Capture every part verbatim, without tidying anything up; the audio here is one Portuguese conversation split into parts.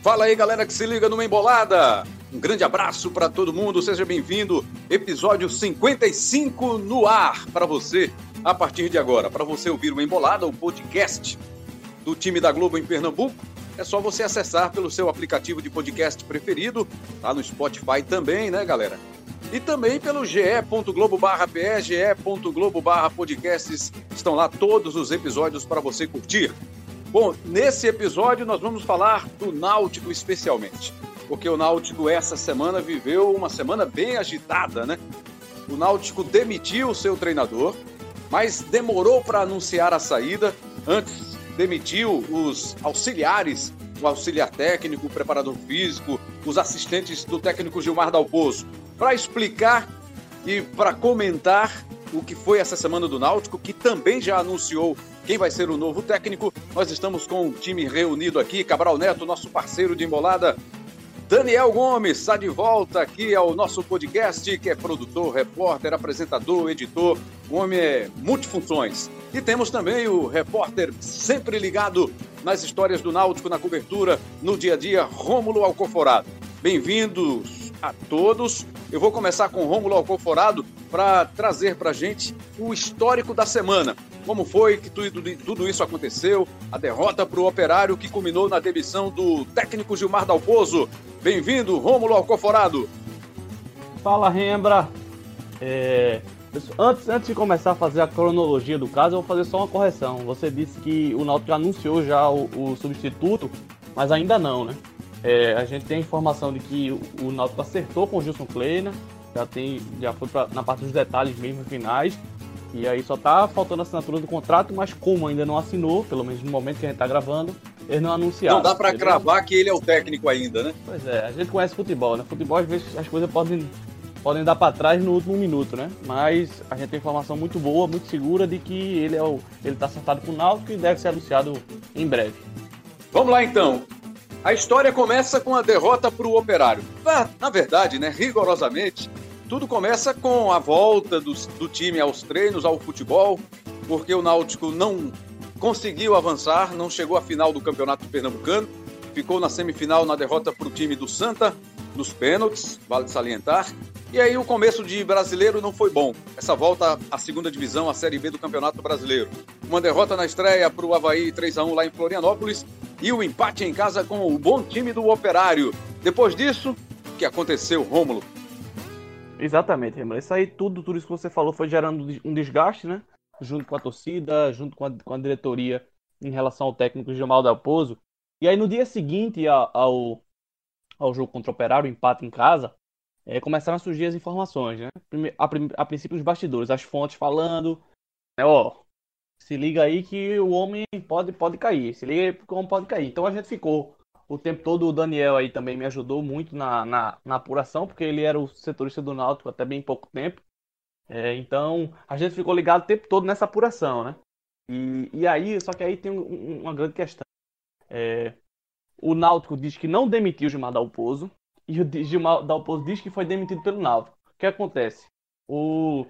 Fala aí, galera que se liga numa embolada. Um grande abraço para todo mundo, seja bem-vindo. Episódio cinquenta e cinco no ar para você, a partir de agora. Para você ouvir o Embolada, o podcast do time da Globo em Pernambuco, é só você acessar pelo seu aplicativo de podcast preferido, tá no Spotify também, né, galera? E também pelo ge.globo barra pe, ge.globo barra podcasts, estão lá todos os episódios para você curtir. Bom, nesse episódio nós vamos falar do Náutico especialmente, porque o Náutico essa semana viveu uma semana bem agitada, né? O Náutico demitiu o seu treinador, mas demorou para anunciar a saída. Antes demitiu os auxiliares, o auxiliar técnico, o preparador físico, os assistentes do técnico Gilmar Dalpozo, para explicar e para comentar o que foi essa semana do Náutico, que também já anunciou quem vai ser o novo técnico. Nós estamos com o time reunido aqui. Cabral Neto, nosso parceiro de embolada. Daniel Gomes está de volta aqui ao nosso podcast, que é produtor, repórter, apresentador, editor. O homem é multifunções. E temos também o repórter sempre ligado nas histórias do Náutico, na cobertura, no dia a dia, Rômulo Alcoforado. Bem-vindos a todos. Eu vou começar com Rômulo Alcoforado para trazer para a gente o histórico da semana. Como foi que tudo, tudo isso aconteceu? A derrota para o Operário que culminou na demissão do técnico Gilmar Dalpozo. Bem-vindo, Rômulo Alcoforado. Fala, Rembra. É... Antes, antes de começar a fazer a cronologia do caso, eu vou fazer só uma correção. Você disse que o Náutico anunciou já o, o substituto, mas ainda não, né? É, a gente tem a informação de que o, o Náutico acertou com o Gilson Kleina, já, tem, já foi pra, na parte dos detalhes mesmo, finais, e aí só tá faltando a assinatura do contrato, mas como ainda não assinou, pelo menos no momento que a gente tá gravando, eles não anunciaram. Não dá pra entendeu? Cravar que ele é o técnico ainda, né? Pois é, a gente conhece futebol, né? Futebol, às vezes, as coisas podem, podem dar pra trás no último minuto, né? Mas a gente tem informação muito boa, muito segura de que ele, é o, ele tá acertado com o Náutico e deve ser anunciado em breve. Vamos lá, então. A história começa com a derrota para o Operário. Na, na verdade, né, rigorosamente, tudo começa com a volta do, do time aos treinos, ao futebol, porque o Náutico não conseguiu avançar, não chegou à final do Campeonato Pernambucano, ficou na semifinal na derrota para o time do Santa, nos pênaltis, vale salientar. E aí o começo de brasileiro não foi bom. Essa volta à segunda divisão, a Série B do Campeonato Brasileiro. Uma derrota na estreia para o Avaí três a um lá em Florianópolis e o empate em casa com o bom time do Operário. Depois disso, o que aconteceu, Rômulo? Exatamente, Rembrandt. Isso aí, tudo, tudo isso que você falou foi gerando um desgaste, né? Junto com a torcida, junto com a, com a diretoria em relação ao técnico Gilmar Dalpozo. E aí no dia seguinte ao, ao jogo contra o Operário, o empate em casa, É, começaram a surgir as informações, né? A, a princípio os bastidores, as fontes falando, né, ó, se liga aí que o homem pode, pode cair, se liga aí que o homem pode cair. Então a gente ficou o tempo todo, o Daniel aí também me ajudou muito na, na, na apuração, porque ele era o setorista do Náutico até bem pouco tempo. É, então a gente ficou ligado o tempo todo nessa apuração, né? E, e aí, só que aí tem um, uma grande questão. É, o Náutico diz que não demitiu o Gilmar Dalpozo, e o Gilmar Dalpozo diz que foi demitido pelo Náutico. O que acontece? O...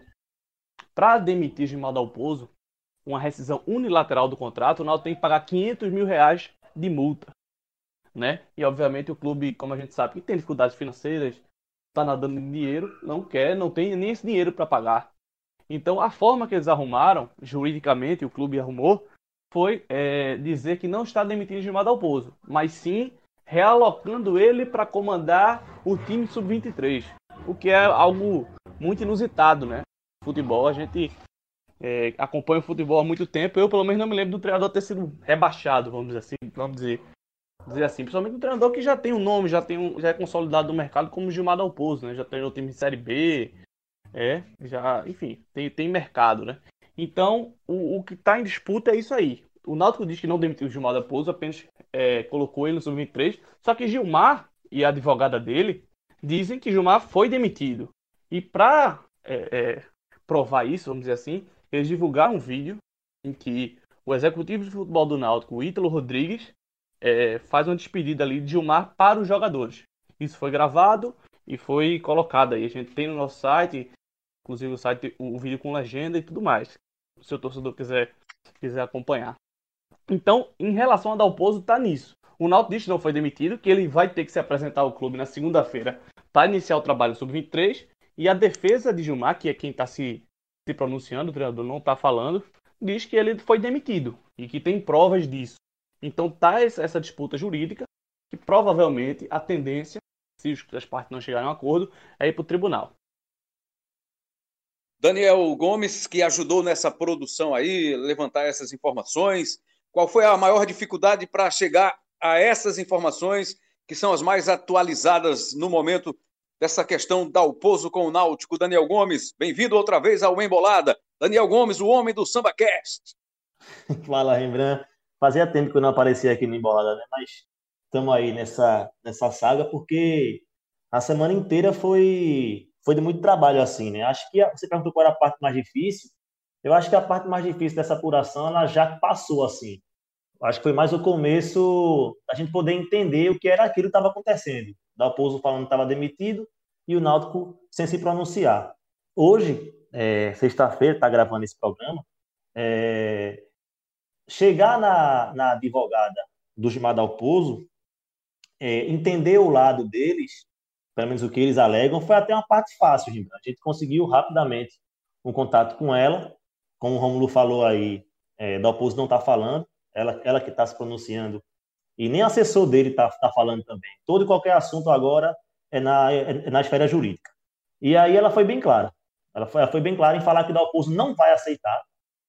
Para demitir Gilmar Dalpozo, uma rescisão unilateral do contrato, o Náutico tem que pagar quinhentos mil reais de multa, né? E obviamente o clube, como a gente sabe, que tem dificuldades financeiras, está nadando em dinheiro, não quer, não tem nem esse dinheiro para pagar. Então a forma que eles arrumaram, juridicamente, o clube arrumou, foi é, dizer que não está demitindo Gilmar Dalpozo, mas sim realocando ele para comandar o time sub vinte e três, o que é algo muito inusitado, né? Futebol, a gente é, acompanha o futebol há muito tempo. Eu, pelo menos, não me lembro do treinador ter sido rebaixado, vamos dizer assim, vamos dizer, dizer assim. Principalmente um treinador que já tem um nome, já, tem um, já é consolidado no mercado, como o Gilmar Dalpozo, né? Já treinou time de Série B, é, já, enfim, tem, tem mercado, né? Então, o, o que está em disputa é isso aí. O Náutico diz que não demitiu o Gilmar Dalpozo, apenas é, colocou ele no sub vinte e três. Só que Gilmar e a advogada dele dizem que Gilmar foi demitido. E para é, é, provar isso, vamos dizer assim, eles divulgaram um vídeo em que o executivo de futebol do Náutico, o Ítalo Rodrigues, é, faz uma despedida ali de Gilmar para os jogadores. Isso foi gravado e foi colocado aí. A gente tem no nosso site, inclusive o site, o vídeo com legenda e tudo mais. Se o torcedor quiser, quiser acompanhar. Então, em relação a Dalpozo, tá nisso. O Náutico diz que não foi demitido, que ele vai ter que se apresentar ao clube na segunda-feira para iniciar o trabalho sub vinte e três. E a defesa de Gilmar, que é quem está se, se pronunciando, o treinador não está falando, diz que ele foi demitido e que tem provas disso. Então tá essa disputa jurídica, que provavelmente a tendência, se as partes não chegarem a um acordo, é ir para o tribunal. Daniel Gomes, que ajudou nessa produção aí, levantar essas informações. Qual foi a maior dificuldade para chegar a essas informações, que são as mais atualizadas no momento dessa questão da Dalpozo com o Náutico? Daniel Gomes, bem-vindo outra vez ao Embolada. Daniel Gomes, o homem do SambaCast. Fala, Rembrandt. Fazia tempo que eu não aparecia aqui no Embolada, né? Mas estamos aí nessa, nessa saga, porque a semana inteira foi... Foi de muito trabalho, assim, né? Acho que você perguntou qual era a parte mais difícil. Eu acho que a parte mais difícil dessa apuração, ela já passou, assim. Acho que foi mais o começo da gente poder entender o que era aquilo que estava acontecendo. O Dalpozo falando que estava demitido e o Náutico sem se pronunciar. Hoje, é, sexta-feira, está gravando esse programa, é, chegar na, na advogada do Gilmar Dalpozo, é, entender o lado deles, pelo menos o que eles alegam, foi até uma parte fácil, Gilmar. A gente conseguiu rapidamente um contato com ela. Como o Rômulo falou aí, é, Dalpozo não está falando, ela, ela que está se pronunciando, e nem assessor dele está tá falando também. Todo e qualquer assunto agora é na, é na esfera jurídica. E aí ela foi bem clara. Ela foi, ela foi bem clara em falar que Dalpozo não vai aceitar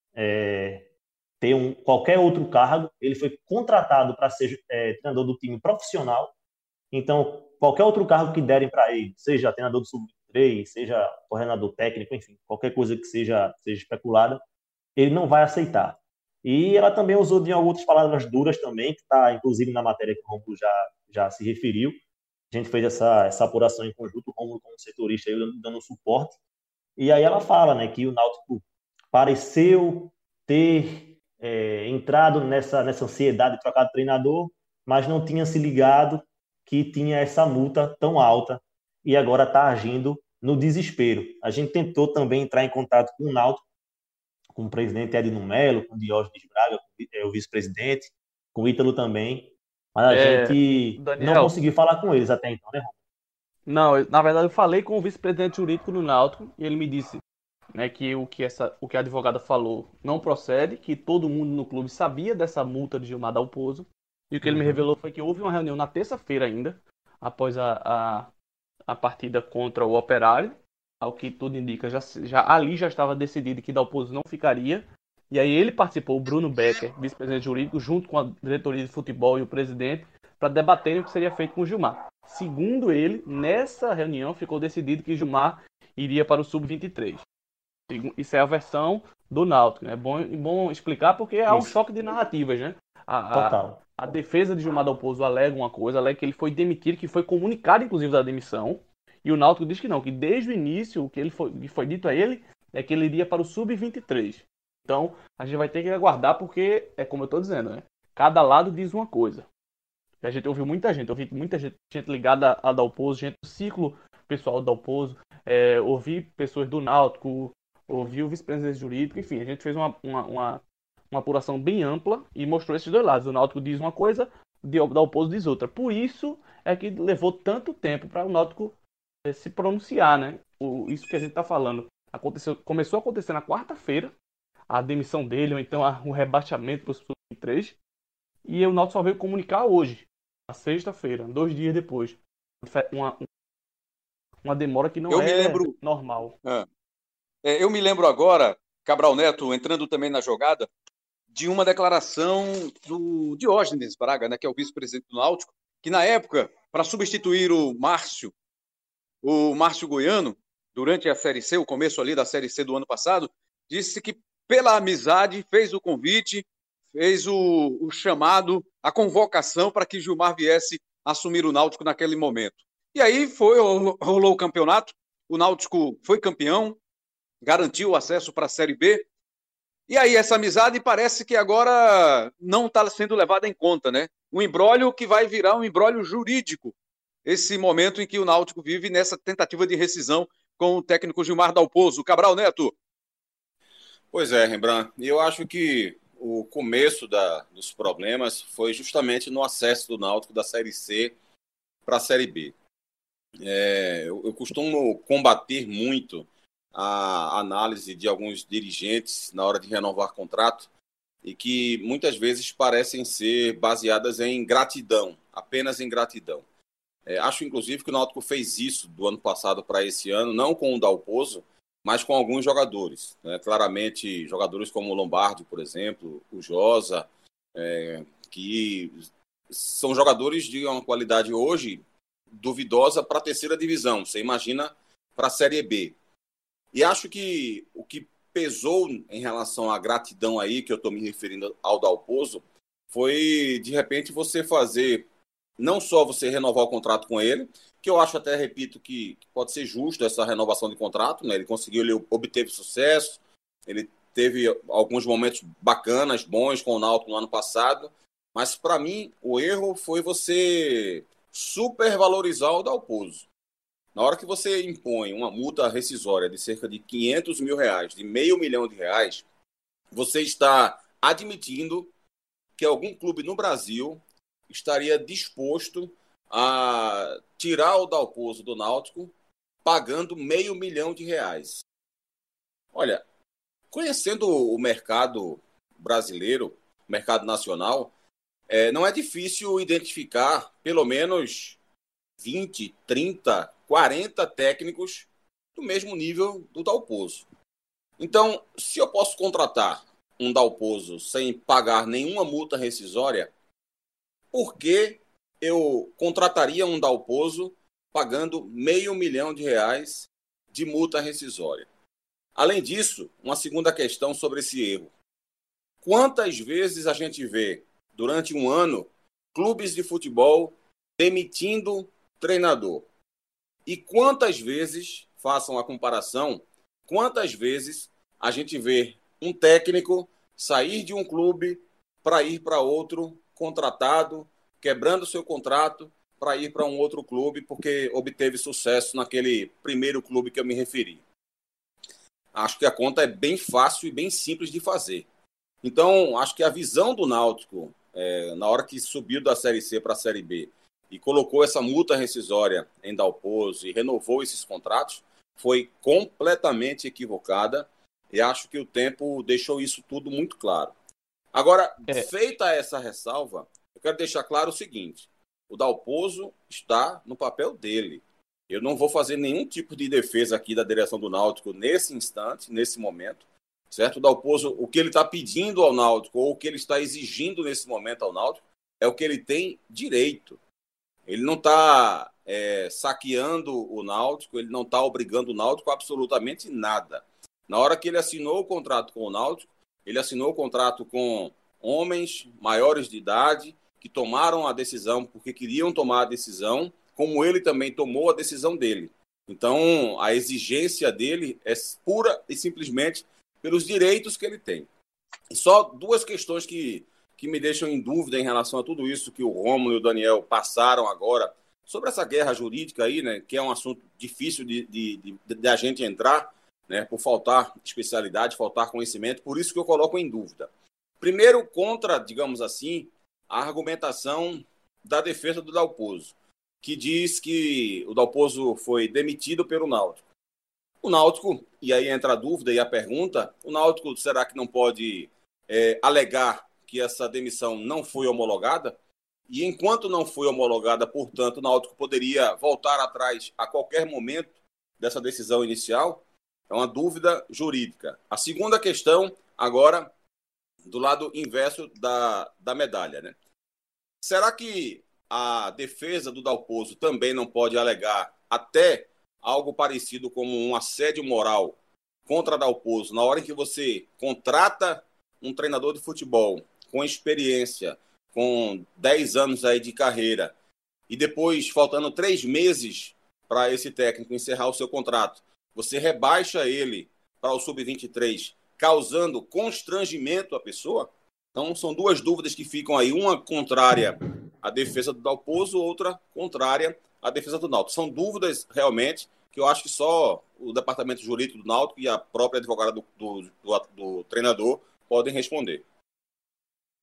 é, ter um, qualquer outro cargo. Ele foi contratado para ser é, treinador do time profissional. Então, qualquer outro cargo que derem para ele, seja treinador do sub vinte e três, seja coordenador técnico, enfim, qualquer coisa que seja, seja especulada, ele não vai aceitar. E ela também usou de outras palavras duras também, que está inclusive na matéria que o Rômulo já, já se referiu. A gente fez essa, essa apuração em conjunto, o Rômulo como setorista, aí, dando, dando suporte. E aí ela fala, né, que o Náutico pareceu ter é, entrado nessa, nessa ansiedade de trocar de treinador, mas não tinha se ligado que tinha essa multa tão alta e agora está agindo no desespero. A gente tentou também entrar em contato com o Náutico, com o presidente Edno Melo, com o Diógenes Braga, com o vice-presidente, com o Ítalo também, mas a é, gente Daniel, não conseguiu falar com eles até então, né, Rom? Não, eu, na verdade eu falei com o vice-presidente jurídico do Náutico e ele me disse, né, que, o que, essa, o que a advogada falou não procede, que todo mundo no clube sabia dessa multa de Gilmar Dalpozo. E o que ele me revelou foi que houve uma reunião na terça-feira ainda, após a, a, a partida contra o Operário. Ao que tudo indica, já, já, ali já estava decidido que Dalpozo não ficaria. E aí ele participou, o Bruno Becker, vice-presidente jurídico, junto com a diretoria de futebol e o presidente, para debaterem o que seria feito com o Gilmar. Segundo ele, nessa reunião ficou decidido que Gilmar iria para o sub vinte e três. Isso é a versão do Náutico, né? É bom, é bom explicar porque há um Isso. choque de narrativas, né? A, Total. A, a defesa de Gilmar Dalpozo alega uma coisa, alega que ele foi demitido, que foi comunicado, inclusive, da demissão. E o Náutico diz que não, que desde o início o que, ele foi, que foi dito a ele é que ele iria para o sub vinte e três. Então, a gente vai ter que aguardar porque, é como eu estou dizendo, né? Cada lado diz uma coisa. A gente ouviu muita gente, ouvi muita gente, gente ligada a Dalpozo, gente do ciclo pessoal do Dalpozo, é, ouvi pessoas do Náutico, ouvi o vice-presidente jurídico, enfim, a gente fez uma, uma, uma, uma apuração bem ampla e mostrou esses dois lados. O Náutico diz uma coisa, o Dalpozo diz outra. Por isso é que levou tanto tempo para o Náutico se pronunciar, né? O, isso que a gente está falando aconteceu, começou a acontecer na quarta-feira, a demissão dele, ou então a, o rebaixamento para o sub vinte e três, e o Náutico só veio comunicar hoje, na sexta-feira, dois dias depois. Uma, uma demora que não eu é me lembro, normal. É, é, eu me lembro agora, Cabral Neto entrando também na jogada, de uma declaração do Diógenes Braga, né, que é o vice-presidente do Náutico, que na época, para substituir o Márcio, o Márcio Goiano, durante a Série C, o começo ali da Série C do ano passado, disse que pela amizade fez o convite, fez o, o chamado, a convocação para que Gilmar viesse assumir o Náutico naquele momento. E aí foi, rolou o campeonato, o Náutico foi campeão, garantiu o acesso para a Série B, e aí essa amizade parece que agora não está sendo levada em conta, né? Um imbróglio que vai virar um imbróglio jurídico, esse momento em que o Náutico vive nessa tentativa de rescisão com o técnico Gilmar Dalpozo. Cabral Neto. Pois é, Rembrandt. E eu acho que o começo da, dos problemas foi justamente no acesso do Náutico da Série C para a Série B. É, eu, eu costumo combater muito a análise de alguns dirigentes na hora de renovar contrato e que muitas vezes parecem ser baseadas em gratidão, apenas em gratidão. É, acho, inclusive, que o Náutico fez isso do ano passado para esse ano, não com o Dalpozo, mas com alguns jogadores. Né? Claramente, jogadores como o Lombardi, por exemplo, o Josa, é, que são jogadores de uma qualidade hoje duvidosa para a terceira divisão. Você imagina para a Série B. E acho que o que pesou em relação à gratidão aí, que eu estou me referindo ao Dalpozo, foi, de repente, você fazer, não só você renovar o contrato com ele, que eu acho até, repito, que pode ser justo essa renovação de contrato, né? Ele conseguiu, ele obteve sucesso, ele teve alguns momentos bacanas, bons com o Náutico no ano passado, mas para mim o erro foi você supervalorizar o Dalpozo. Na hora que você impõe uma multa rescisória de cerca de quinhentos mil reais, de meio milhão de reais, você está admitindo que algum clube no Brasil estaria disposto a tirar o Dalpozo do Náutico pagando meio milhão de reais. Olha, conhecendo o mercado brasileiro, o mercado nacional, é, não é difícil identificar pelo menos vinte, trinta, quarenta técnicos do mesmo nível do Dalpozo. Então, se eu posso contratar um Dalpozo sem pagar nenhuma multa rescisória, por que eu contrataria um Dalpozo pagando meio milhão de reais de multa rescisória? Além disso, uma segunda questão sobre esse erro. Quantas vezes a gente vê, durante um ano, clubes de futebol demitindo treinador? E quantas vezes, façam a comparação, quantas vezes a gente vê um técnico sair de um clube para ir para outro contratado, quebrando seu contrato para ir para um outro clube porque obteve sucesso naquele primeiro clube que eu me referi? Acho que a conta é bem fácil e bem simples de fazer. Então, acho que a visão do Náutico, é, na hora que subiu da Série C para a Série B e colocou essa multa rescisória em Dalpozo e renovou esses contratos, foi completamente equivocada e acho que o tempo deixou isso tudo muito claro. Agora, é. feita essa ressalva, eu quero deixar claro o seguinte: o Dalpozo está no papel dele. Eu não vou fazer nenhum tipo de defesa aqui da direção do Náutico nesse instante, nesse momento, certo? O Dalpozo, o que ele está pedindo ao Náutico ou o que ele está exigindo nesse momento ao Náutico é o que ele tem direito. Ele não está é, saqueando o Náutico, ele não está obrigando o Náutico a absolutamente nada. Na hora que ele assinou o contrato com o Náutico, ele assinou o contrato com homens maiores de idade que tomaram a decisão porque queriam tomar a decisão, como ele também tomou a decisão dele. Então, a exigência dele é pura e simplesmente pelos direitos que ele tem. E só duas questões que, que me deixam em dúvida em relação a tudo isso que o Rômulo e o Daniel passaram agora, sobre essa guerra jurídica aí, né, que é um assunto difícil de, de, de, de a gente entrar, né, por faltar especialidade, faltar conhecimento, por isso que eu coloco em dúvida. Primeiro, contra, digamos assim, a argumentação da defesa do Dalpozo, que diz que o Dalpozo foi demitido pelo Náutico. O Náutico, e aí entra a dúvida e a pergunta, o Náutico será que não pode é, alegar que essa demissão não foi homologada? E enquanto não foi homologada, portanto, o Náutico poderia voltar atrás a qualquer momento dessa decisão inicial? É uma dúvida jurídica. A segunda questão, agora, do lado inverso da, da medalha, né? Será que a defesa do Dalpozo também não pode alegar até algo parecido como um assédio moral contra Dalpozo na hora em que você contrata um treinador de futebol com experiência, com dez anos aí de carreira, e depois, faltando três meses para esse técnico encerrar o seu contrato, você rebaixa ele para o sub vinte e três, causando constrangimento à pessoa? Então, são duas dúvidas que ficam aí, uma contrária à defesa do Dalpozo, outra contrária à defesa do Náutico. São dúvidas, realmente, que eu acho que só o departamento jurídico do Náutico e a própria advogada do, do, do, do treinador podem responder.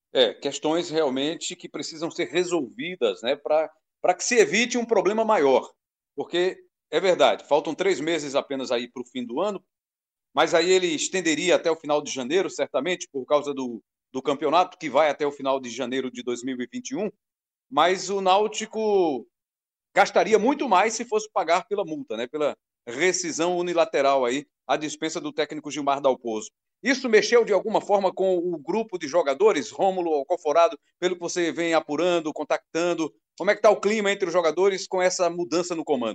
É, questões realmente que precisam ser resolvidas, né, para para que se evite um problema maior. Porque é verdade, faltam três meses apenas aí para o fim do ano, mas aí ele estenderia até o final de janeiro, certamente, por causa do, do campeonato, que vai até o final de janeiro de dois mil e vinte e um, mas o Náutico gastaria muito mais se fosse pagar pela multa, né, pela rescisão unilateral aí, a dispensa do técnico Gilmar Dalpozo. Isso mexeu de alguma forma com o grupo de jogadores, Rômulo Alcoforado, pelo que você vem apurando, contactando? Como é que está o clima entre os jogadores com essa mudança no comando?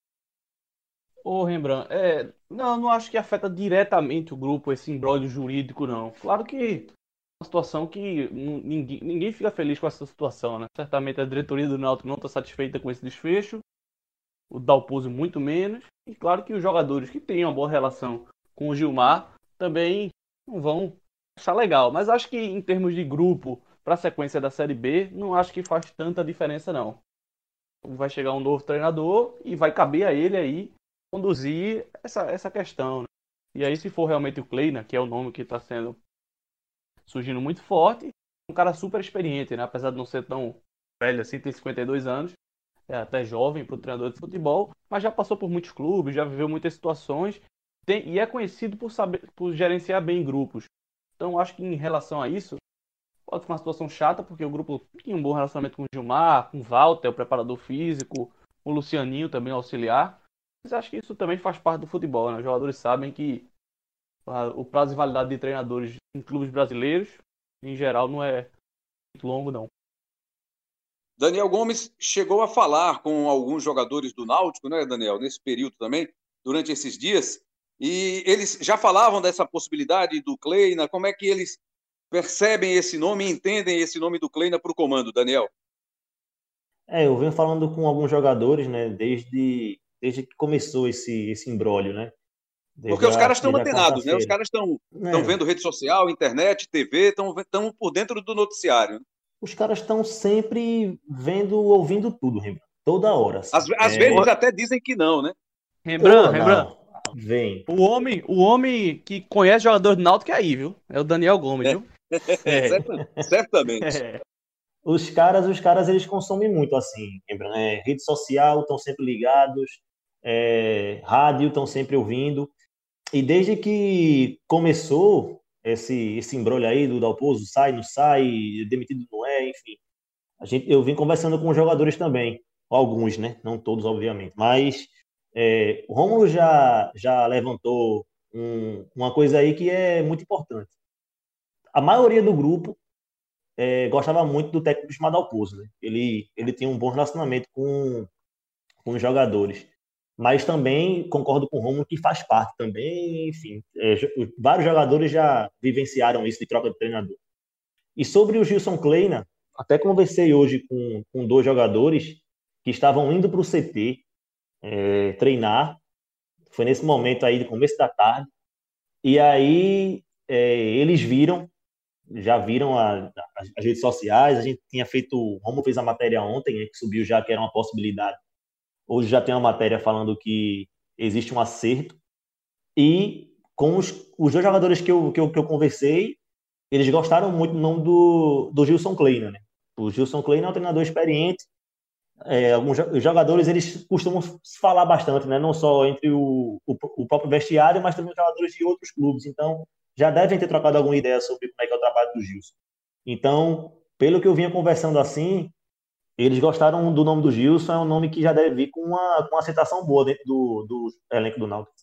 Ô, Rembrandt, é, não, não acho que afeta diretamente o grupo, esse imbróglio jurídico, não. Claro que é uma situação que ninguém, ninguém fica feliz com essa situação, né? Certamente a diretoria do Náutico não está satisfeita com esse desfecho, o Dalpozo muito menos, e claro que os jogadores que têm uma boa relação com o Gilmar também não vão achar legal. Mas acho que em termos de grupo, para a sequência da Série B, não acho que faz tanta diferença, não. Vai chegar um novo treinador e vai caber a ele aí conduzir essa, essa questão, né? E aí, se for realmente o Kleina, que é o nome que está sendo surgindo muito forte, um cara super experiente, né? Apesar de não ser tão velho assim, tem cinquenta e dois anos, é até jovem para o treinador de futebol, mas já passou por muitos clubes, já viveu muitas situações, tem, e é conhecido por saber, por gerenciar bem grupos. Então, acho que em relação a isso, pode ser uma situação chata, porque o grupo tinha um bom relacionamento com o Gilmar, com o Walter, o preparador físico, o Lucianinho também auxiliar. Mas acho que isso também faz parte do futebol, né? Os jogadores sabem que o prazo de validade de treinadores em clubes brasileiros, em geral, não é muito longo, não. Daniel Gomes chegou a falar com alguns jogadores do Náutico, né, Daniel, nesse período também, durante esses dias, e eles já falavam dessa possibilidade do Kleina. Como é que eles percebem esse nome e entendem esse nome do Kleina para o comando, Daniel? É, eu venho falando com alguns jogadores, né, desde, desde que começou esse, esse imbróglio, né? Desde Porque os a, caras estão desde a antenados, né? Os quarta-feira. caras estão É, vendo rede social, internet, T V, estão por dentro do noticiário. os caras estão sempre vendo, ouvindo tudo, Rembrandt, toda hora, Às, assim. às É, vezes até dizem que não, né? Rembrandt, oh, Rembrandt, não, vem. o homem, o homem que conhece jogador do Náutico é aí, viu? É o Daniel Gomes, É, viu? É. certamente. É. Os caras, os caras, eles consomem muito, assim, Rembrandt. É, rede social, estão sempre ligados, é, rádio, estão sempre ouvindo. E desde que começou esse, esse imbróglio aí do Dalpozo, sai, não sai, demitido não é, enfim. A gente, eu vim conversando com os jogadores também, alguns, né? Não todos, obviamente. Mas é, o Rômulo já, já levantou um, uma coisa aí que é muito importante. A maioria do grupo é, gostava muito do técnico chamado Dalpozo, né? Ele, ele tinha um bom relacionamento com, com os jogadores. Mas também concordo com o Romulo que faz parte também, enfim, é, vários jogadores já vivenciaram isso de troca de treinador. E sobre o Gilson Kleina, até conversei hoje com, com dois jogadores que estavam indo para o C T é, treinar, foi nesse momento aí, do começo da tarde, e aí é, eles viram, já viram a, a, as redes sociais, a gente tinha feito, o Romulo fez a matéria ontem, né, que subiu já, que era uma possibilidade. Hoje já tem uma matéria falando que existe um acerto. E com os, os dois jogadores que eu, que, eu, que eu conversei, eles gostaram muito do nome do, do Gilson Kleina, né? O Gilson Kleina é um treinador experiente. É, alguns jogadores eles costumam falar bastante, né? Não só entre o, o, o próprio vestiário, mas também os jogadores de outros clubes. Então, já devem ter trocado alguma ideia sobre como é que é o trabalho do Gilson. Então, pelo que eu vinha conversando assim, eles gostaram do nome do Gilson, é um nome que já deve vir com uma, com uma aceitação boa dentro do, do elenco do Náutico.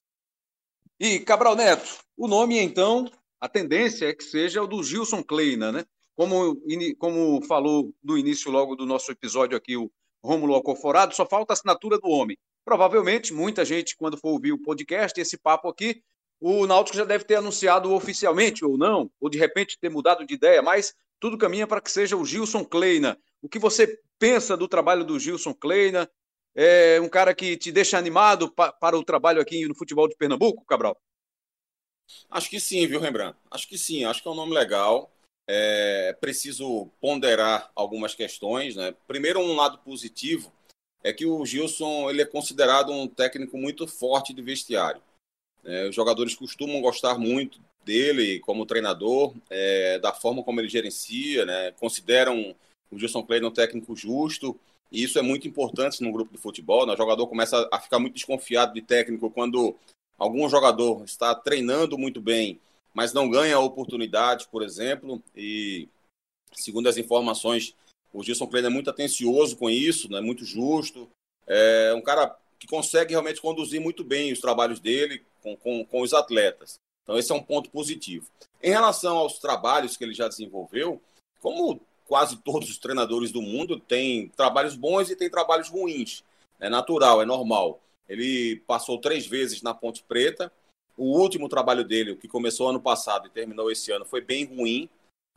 E, Cabral Neto, o nome, então, a tendência é que seja o do Gilson Kleina, né? Como, como falou no início logo do nosso episódio aqui, o Rômulo Alcoforado, só falta a assinatura do homem. Provavelmente, muita gente, quando for ouvir o podcast, esse papo aqui, o Náutico já deve ter anunciado oficialmente ou não, ou de repente ter mudado de ideia, mas tudo caminha para que seja o Gilson Kleina. O que você pensa do trabalho do Gilson Kleina? É um cara que te deixa animado pa- para o trabalho aqui no futebol de Pernambuco, Cabral? Acho que sim, viu, Rembrandt? Acho que sim, acho que é um nome legal. É preciso ponderar algumas questões, né? Primeiro, um lado positivo é que o Gilson ele é considerado um técnico muito forte de vestiário. É, os jogadores costumam gostar muito dele como treinador, é, da forma como ele gerencia, né? Consideram o Gilson Kleina um técnico justo, e isso é muito importante no grupo de futebol, né? O jogador começa a ficar muito desconfiado de técnico quando algum jogador está treinando muito bem, mas não ganha oportunidade, por exemplo, e segundo as informações, o Gilson Kleina é muito atencioso com isso, né? Muito justo, é um cara que consegue realmente conduzir muito bem os trabalhos dele com, com, com os atletas. Então, esse é um ponto positivo. Em relação aos trabalhos que ele já desenvolveu, como quase todos os treinadores do mundo, tem trabalhos bons e tem trabalhos ruins. É natural, é normal. Ele passou três vezes na Ponte Preta. O último trabalho dele, que começou ano passado e terminou esse ano, foi bem ruim.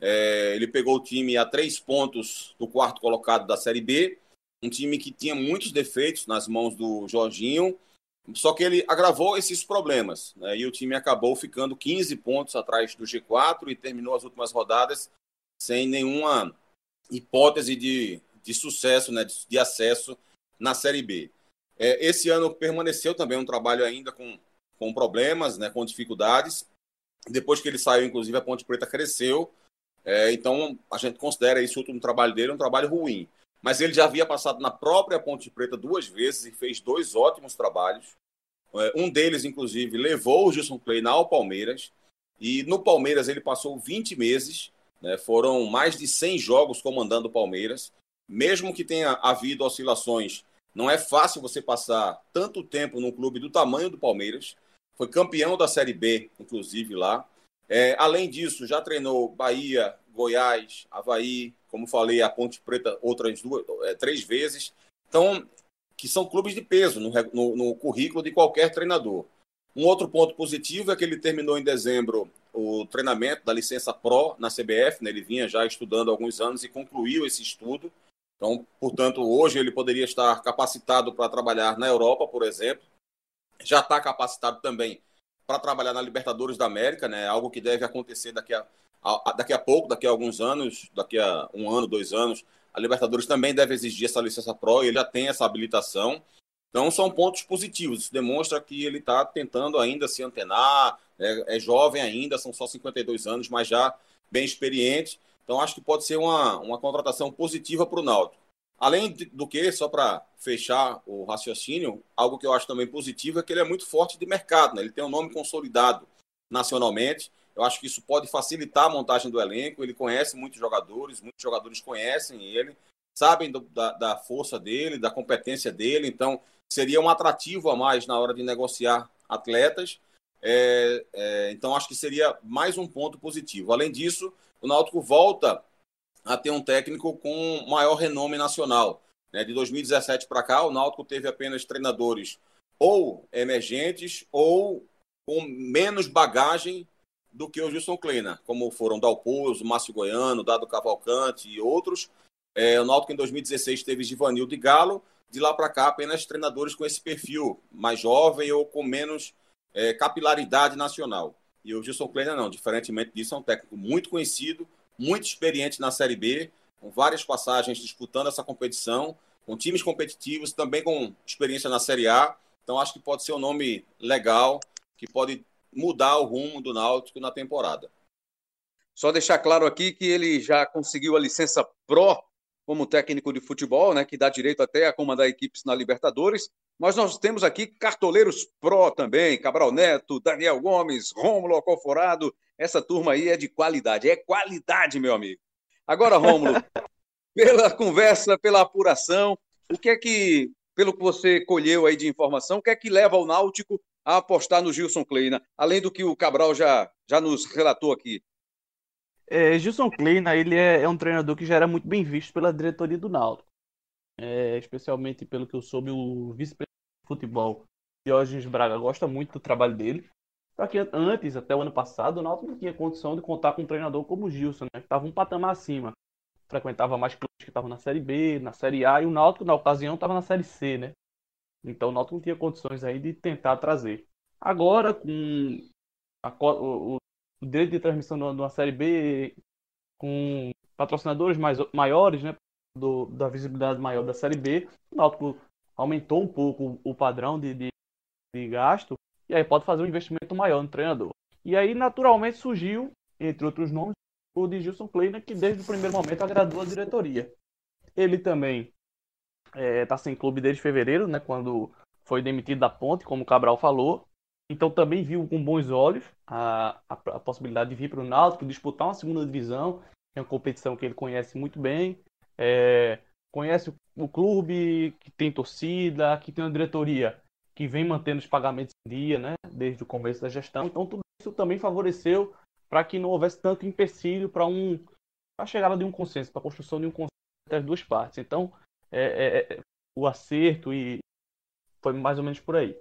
É, ele pegou o time a três pontos do quarto colocado da Série B, um time que tinha muitos defeitos nas mãos do Jorginho, só que ele agravou esses problemas, né? E o time acabou ficando quinze pontos atrás do G quatro e terminou as últimas rodadas sem nenhuma hipótese de, de sucesso, né? de, de acesso na Série B. É, esse ano permaneceu também um trabalho ainda com, com problemas, né? Com dificuldades. Depois que ele saiu, inclusive, a Ponte Preta cresceu. É, então, a gente considera esse último trabalho dele um trabalho ruim. Mas ele já havia passado na própria Ponte Preta duas vezes e fez dois ótimos trabalhos. Um deles, inclusive, levou o Gilson Kleina ao Palmeiras. E no Palmeiras ele passou vinte meses, né? Foram mais de cem jogos comandando o Palmeiras. Mesmo que tenha havido oscilações, não é fácil você passar tanto tempo num clube do tamanho do Palmeiras. Foi campeão da Série B, inclusive, lá. É, além disso, já treinou Bahia, Goiás, Avaí, como falei, a Ponte Preta outras duas, é, três vezes. Então, que são clubes de peso no, no, no currículo de qualquer treinador. Um outro ponto positivo é que ele terminou em dezembro o treinamento da licença Pro na C B F, né? Ele vinha já estudando há alguns anos e concluiu esse estudo. Então, portanto, hoje ele poderia estar capacitado para trabalhar na Europa, por exemplo. Já está capacitado também para trabalhar na Libertadores da América, né? Algo que deve acontecer daqui a, a, daqui a pouco, daqui a alguns anos, daqui a um ano, dois anos. A Libertadores também deve exigir essa licença Pro, e ele já tem essa habilitação. Então, são pontos positivos. Isso demonstra que ele está tentando ainda se antenar, é, é jovem ainda, são só cinquenta e dois anos, mas já bem experiente. Então, acho que pode ser uma, uma contratação positiva para o Náutico. Além do que, só para fechar o raciocínio, algo que eu acho também positivo é que ele é muito forte de mercado, né? Ele tem um nome consolidado nacionalmente. Eu acho que isso pode facilitar a montagem do elenco. Ele conhece muitos jogadores, muitos jogadores conhecem ele, sabem do, da, da força dele, da competência dele. Então, seria um atrativo a mais na hora de negociar atletas. É, é, então, acho que seria mais um ponto positivo. Além disso, o Náutico volta a ter um técnico com maior renome nacional. Né? De dois mil e dezessete para cá, o Náutico teve apenas treinadores ou emergentes ou com menos bagagem do que o Gilson Kleina, como foram Dalpozo, Márcio Goiano, Dado Cavalcante e outros. É, o Náutico em dois mil e dezesseis teve Givanildo e Galo. De lá para cá, apenas treinadores com esse perfil mais jovem ou com menos é, capilaridade nacional. E o Gilson Kleina não, diferentemente disso, é um técnico muito conhecido, muito experiente na Série B, com várias passagens disputando essa competição, com times competitivos, também com experiência na Série A. Então, acho que pode ser um nome legal, que pode mudar o rumo do Náutico na temporada. Só deixar claro aqui que ele já conseguiu a licença Pro como técnico de futebol, né, que dá direito até a comandar equipes na Libertadores, mas nós temos aqui cartoleiros Pro também, Cabral Neto, Daniel Gomes, Rômulo Alcoforado. Essa turma aí é de qualidade, é qualidade, meu amigo. Agora, Rômulo, pela conversa, pela apuração, o que é que, pelo que você colheu aí de informação, o que é que leva o Náutico a apostar no Gilson Kleina, além do que o Cabral já, já nos relatou aqui? É, Gilson Kleina, ele é, é um treinador que já era muito bem visto pela diretoria do Náutico. É, especialmente pelo que eu soube, o vice-presidente de futebol, Diógenes Braga, gosta muito do trabalho dele. Só que antes, até o ano passado, o Náutico não tinha condição de contar com um treinador como o Gilson, né? Que estava um patamar acima. Frequentava mais clubes que estavam na Série B, na Série A, e o Náutico, na ocasião, estava na Série C, né? Então o Náutico não tinha condições aí de tentar trazer. Agora, com a, o, o direito de transmissão de uma Série B, com patrocinadores mais, maiores, né? Do, da visibilidade maior da Série B, o Náutico aumentou um pouco o padrão de, de, de gasto, e aí pode fazer um investimento maior no treinador. E aí, naturalmente, surgiu, entre outros nomes, o de Gilson Kleina, que desde o primeiro momento agradou a diretoria. Ele também está é, sem clube desde fevereiro, né, quando foi demitido da Ponte, como o Cabral falou. Então também viu com bons olhos a, a, a possibilidade de vir para o Náutico, disputar uma segunda divisão, é uma competição que ele conhece muito bem, é, conhece o, o clube, que tem torcida, que tem uma diretoria que vem mantendo os pagamentos em dia, né, desde o começo da gestão. Então tudo isso também favoreceu para que não houvesse tanto empecilho para um, a chegada de um consenso, para a construção de um consenso entre as duas partes. Então é, é, o acerto e foi mais ou menos por aí.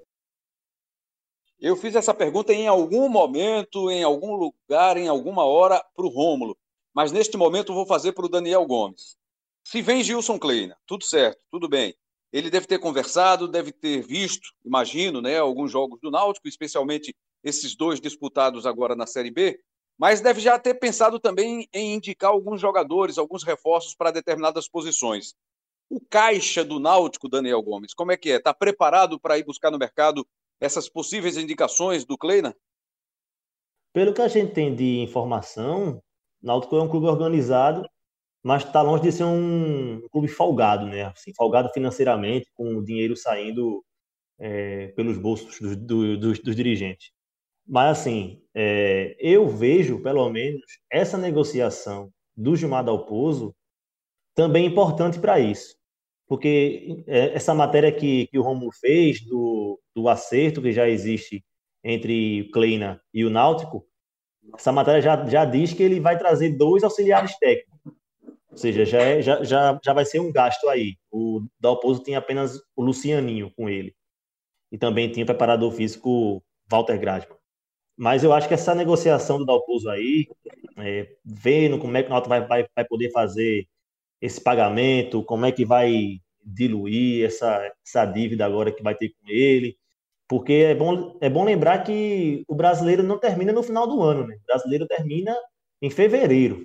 Eu fiz essa pergunta em algum momento, em algum lugar, em alguma hora, para o Rômulo. Mas neste momento eu vou fazer para o Daniel Gomes. Se vem Gilson Kleina, tudo certo, tudo bem. Ele deve ter conversado, deve ter visto, imagino, né, alguns jogos do Náutico, especialmente esses dois disputados agora na Série B, mas deve já ter pensado também em indicar alguns jogadores, alguns reforços para determinadas posições. O caixa do Náutico, Daniel Gomes, como é que é? Está preparado para ir buscar no mercado essas possíveis indicações do Kleina? Pelo que a gente tem de informação, o Náutico é um clube organizado, mas está longe de ser um clube folgado, né? Assim, folgado financeiramente, com o dinheiro saindo é, pelos bolsos dos, do, dos, dos dirigentes. Mas, assim, é, eu vejo, pelo menos, essa negociação do Gilmar Dalpozo também importante para isso. Porque essa matéria que, que o Romulo fez, do, do acerto que já existe entre o Kleina e o Náutico, essa matéria já, já diz que ele vai trazer dois auxiliares técnicos. Ou seja, já, é, já, já, já vai ser um gasto aí. O Dalpozo tinha apenas o Lucianinho com ele. E também tinha o preparador físico Walter Grasman. Mas eu acho que essa negociação do Dalpozo aí, é, vendo como é que o Náutico vai, vai, vai poder fazer esse pagamento, como é que vai diluir essa, essa dívida agora que vai ter com ele, porque é bom, é bom lembrar que o brasileiro não termina no final do ano, né? O brasileiro termina em fevereiro.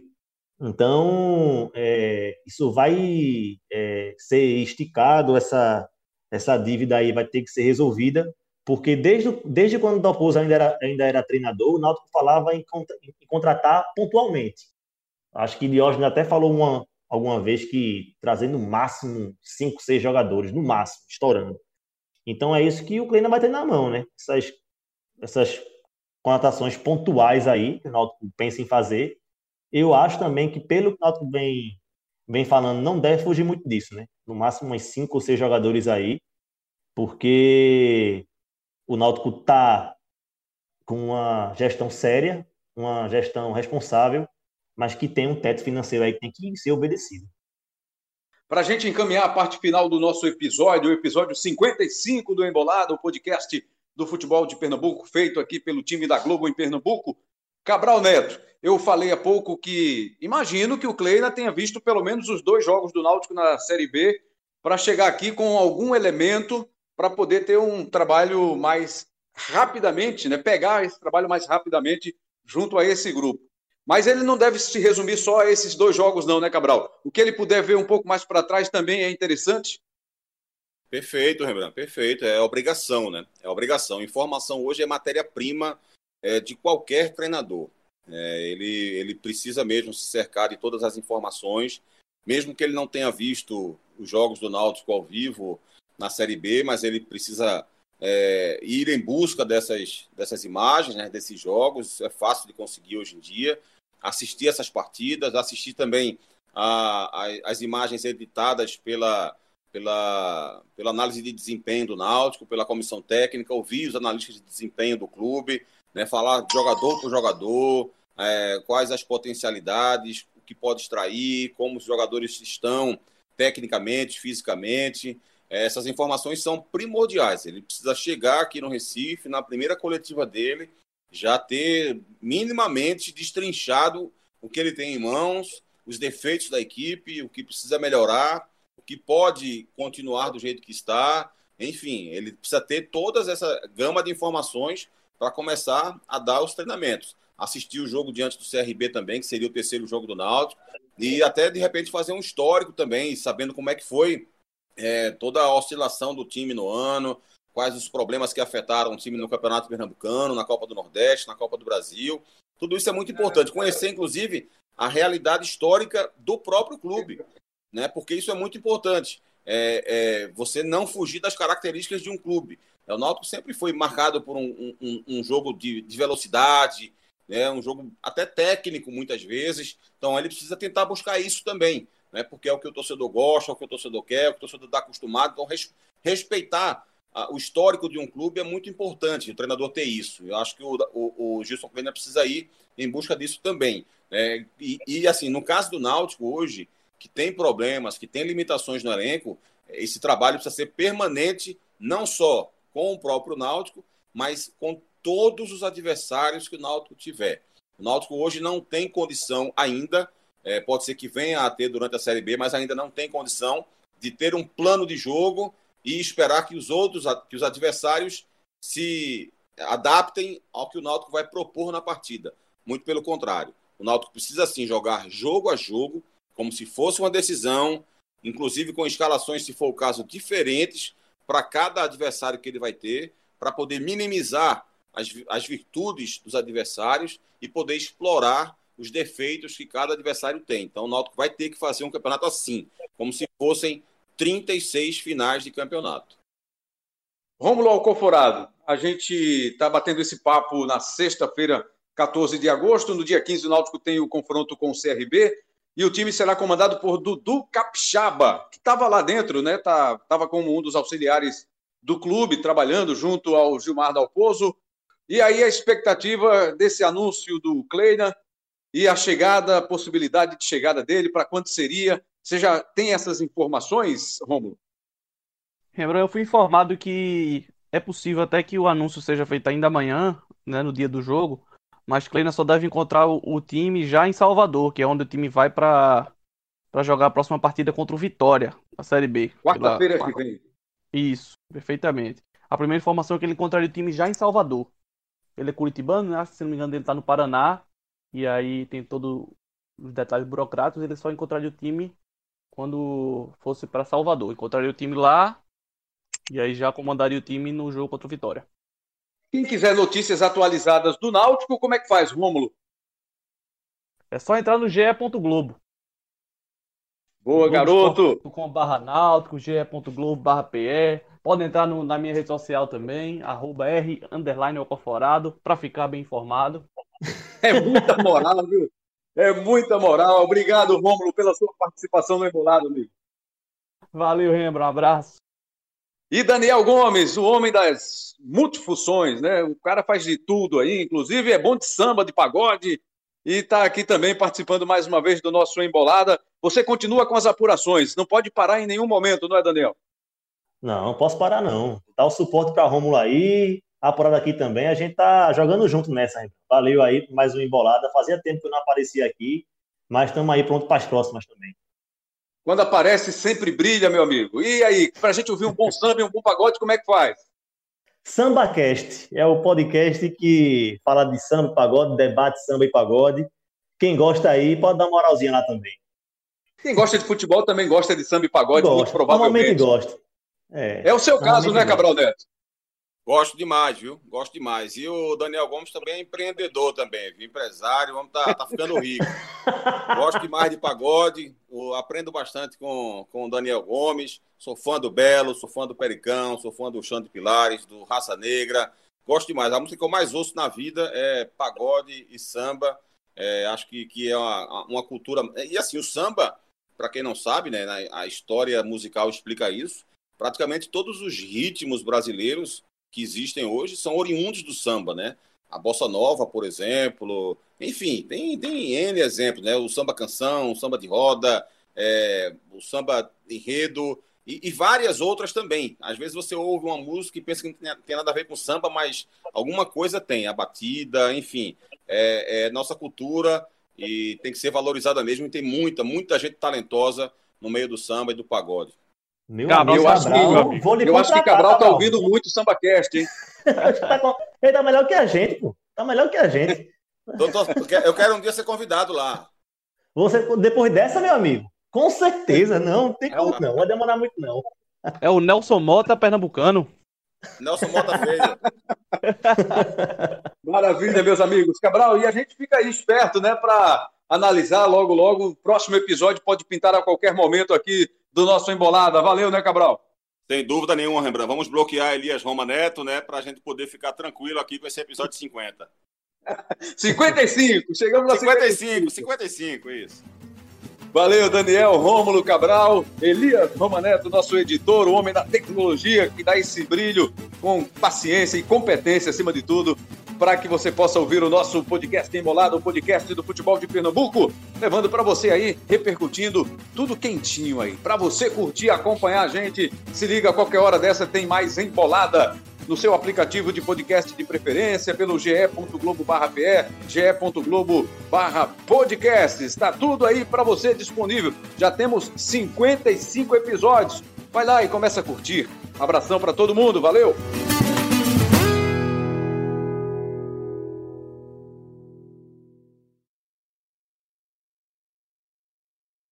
Então, é, isso vai é, ser esticado, essa, essa dívida aí vai ter que ser resolvida, porque desde, desde quando o Dalpozo ainda era, ainda era treinador, o Náutico falava em, em contratar pontualmente. Acho que Diógenes até falou uma alguma vez que trazendo no máximo cinco, seis jogadores, no máximo, estourando. Então é isso que o Kleina vai ter na mão, né? Essas, essas contratações pontuais aí que o Náutico pensa em fazer. Eu acho também que, pelo que o Náutico vem, vem falando, não deve fugir muito disso, né? No máximo uns cinco ou seis jogadores aí, porque o Náutico tá com uma gestão séria, uma gestão responsável, mas que tem um teto financeiro aí que tem que ser obedecido. Para a gente encaminhar a parte final do nosso episódio, o episódio cinquenta e cinco do Embolada, o podcast do futebol de Pernambuco, feito aqui pelo time da Globo em Pernambuco. Cabral Neto, eu falei há pouco que imagino que o Kleina tenha visto pelo menos os dois jogos do Náutico na Série B para chegar aqui com algum elemento para poder ter um trabalho mais rapidamente, né? Pegar esse trabalho mais rapidamente junto a esse grupo. Mas ele não deve se resumir só a esses dois jogos não, né, Cabral? O que ele puder ver um pouco mais para trás também é interessante? Perfeito, Rembrandt, perfeito. É obrigação, né? É obrigação. Informação hoje é matéria-prima é, de qualquer treinador. É, ele, ele precisa mesmo se cercar de todas as informações, mesmo que ele não tenha visto os jogos do Náutico ao vivo na Série B, mas ele precisa é, ir em busca dessas, dessas imagens, né, desses jogos. Isso é fácil de conseguir hoje em dia. Assistir essas partidas, assistir também a, a, as imagens editadas pela, pela, pela análise de desempenho do Náutico, pela comissão técnica, ouvir os analistas de desempenho do clube, né, falar de jogador por jogador, é, quais as potencialidades, o que pode extrair, como os jogadores estão tecnicamente, fisicamente. É, essas informações são primordiais. Ele precisa chegar aqui no Recife, na primeira coletiva dele, já ter minimamente destrinchado o que ele tem em mãos, os defeitos da equipe, o que precisa melhorar, o que pode continuar do jeito que está. Enfim, ele precisa ter toda essa gama de informações para começar a dar os treinamentos. Assistir o jogo diante do C R B também, que seria o terceiro jogo do Náutico, e até, de repente, fazer um histórico também, sabendo como é que foi é, toda a oscilação do time no ano, quais os problemas que afetaram o time no Campeonato Pernambucano, na Copa do Nordeste, na Copa do Brasil. Tudo isso é muito importante. Conhecer, inclusive, a realidade histórica do próprio clube, né? Porque isso é muito importante. É, é, você não fugir das características de um clube. O Náutico sempre foi marcado por um, um, um jogo de, de velocidade, né? Um jogo até técnico, muitas vezes. Então, ele precisa tentar buscar isso também, né? Porque é o que o torcedor gosta, é o que o torcedor quer, é o que o torcedor está acostumado. Então, res, respeitar a, o histórico de um clube é muito importante, o treinador ter isso. Eu acho que o, o, o Gilson Kleina precisa ir em busca disso também, né? E, e, assim, no caso do Náutico, hoje, que tem problemas, que tem limitações no elenco, esse trabalho precisa ser permanente, não só com o próprio Náutico, mas com todos os adversários que o Náutico tiver. O Náutico hoje não tem condição ainda, é, pode ser que venha a ter durante a Série B, mas ainda não tem condição de ter um plano de jogo e esperar que os outros, que os adversários se adaptem ao que o Náutico vai propor na partida. Muito pelo contrário. O Náutico precisa, sim, jogar jogo a jogo, como se fosse uma decisão, inclusive com escalações, se for o caso, diferentes para cada adversário que ele vai ter, para poder minimizar as, as virtudes dos adversários e poder explorar os defeitos que cada adversário tem. Então, o Náutico vai ter que fazer um campeonato assim, como se fossem trinta e seis finais de campeonato. Rômulo Alcoforado, a gente está batendo esse papo na sexta-feira, quatorze de agosto. No dia quinze, o Náutico tem o confronto com o C R B. E o time será comandado por Dudu Capixaba, que estava lá dentro, né? Estava como um dos auxiliares do clube, trabalhando junto ao Gilmar Dalpozo. E aí a expectativa desse anúncio do Kleina e a chegada, a possibilidade de chegada dele, para quando seria? Você já tem essas informações, Rômulo? Rembrandt, eu fui informado que é possível até que o anúncio seja feito ainda amanhã, né, no dia do jogo, mas Kleina só deve encontrar o, o time já em Salvador, que é onde o time vai para para jogar a próxima partida contra o Vitória, a Série B. Quarta-feira pela... que vem. Isso, perfeitamente. A primeira informação é que ele encontraria o time já em Salvador. Ele é curitibano, né? Se não me engano, ele está no Paraná, e aí tem todos os detalhes burocráticos. Ele só encontraria o time quando fosse para Salvador. Encontraria o time lá, e aí já comandaria o time no jogo contra o Vitória. Quem quiser notícias atualizadas do Náutico, como é que faz, Rômulo? É só entrar no ge e ponto globo. Boa, garoto! Com barra Náutico, ge e ponto globo barra pe. Pode entrar no, na minha rede social também, arroba R, underline Alcoforado, para ficar bem informado. É muita moral, viu? É muita moral. Obrigado, Rômulo, pela sua participação no Embolado, amigo. Valeu, Rembrandt. Um abraço. E Daniel Gomes, o homem das multifunções, né? O cara faz de tudo aí, inclusive é bom de samba, de pagode, e está aqui também participando mais uma vez do nosso Embolada. Você continua com as apurações, não pode parar em nenhum momento, não é, Daniel? Não, não posso parar, não. Dá o suporte para Rômulo aí, a apurada aqui também. A gente tá jogando junto nessa, hein? Valeu aí por mais um Embolada. Fazia tempo que eu não aparecia aqui, mas estamos aí pronto para as próximas também. Quando aparece, sempre brilha, meu amigo. E aí, para a gente ouvir um bom samba e um bom pagode, como é que faz? SambaCast é o podcast que fala de samba, pagode, debate samba e pagode. Quem gosta aí pode dar uma moralzinha lá também. Quem gosta de futebol também gosta de samba e pagode, gosta, muito provavelmente. Normalmente gosta. É, é o seu caso, né, Cabral Neto? Gosto demais, viu? Gosto demais. E o Daniel Gomes também é empreendedor também, viu? Empresário, o homem tá, tá ficando rico. Gosto demais de pagode, eu aprendo bastante com, com o Daniel Gomes. Sou fã do Belo, sou fã do Pericão, sou fã do Chão de Pilares, do Raça Negra. Gosto demais. A música que eu mais ouço na vida é pagode e samba. É, acho que, que é uma, uma cultura... E assim, o samba, para quem não sabe, né, a história musical explica isso. Praticamente todos os ritmos brasileiros que existem hoje são oriundos do samba, né? A bossa nova, por exemplo, enfim, tem, tem N exemplos, né? O samba canção, o samba de roda, é, o samba enredo e, e várias outras também. Às vezes você ouve uma música e pensa que não tem, tem nada a ver com samba, mas alguma coisa tem, a batida, enfim, é, é nossa cultura e tem que ser valorizada mesmo, e tem muita, muita gente talentosa no meio do samba e do pagode. Meu Cabral, amigo, eu acho Cabral, que, vou lhe eu acho que Cabral tá Cabral. ouvindo muito o SambaCast, hein? Ele tá melhor que a gente, pô. Tá melhor que a gente. Doutor, eu quero um dia ser convidado lá. Você, depois dessa, meu amigo, com certeza, não, não tem como não, vai demorar muito não. É o Nelson Mota pernambucano. Nelson Mota feio. Maravilha, meus amigos. Cabral, e a gente fica aí esperto, né, para analisar logo, logo. O próximo episódio pode pintar a qualquer momento aqui do nosso Embolada. Valeu, né, Cabral? Sem dúvida nenhuma, Rembrandt. Vamos bloquear Elias Roma Neto, né, para a gente poder ficar tranquilo aqui com esse episódio cinquenta. cinquenta e cinco, chegamos a cinquenta e cinco, cinquenta e cinco, isso. Valeu, Daniel, Rômulo Cabral, Elias Roma Neto, nosso editor, o homem da tecnologia que dá esse brilho com paciência e competência acima de tudo, para que você possa ouvir o nosso podcast Embolada, o podcast do futebol de Pernambuco, levando para você aí, repercutindo tudo quentinho aí, para você curtir, acompanhar a gente. Se liga, a qualquer hora dessa tem mais Embolada no seu aplicativo de podcast de preferência, pelo ge ponto globo barra pe, ge ponto globo barra podcast. Está tudo aí para você disponível. Já temos cinquenta e cinco episódios. Vai lá e começa a curtir. Abração para todo mundo. Valeu!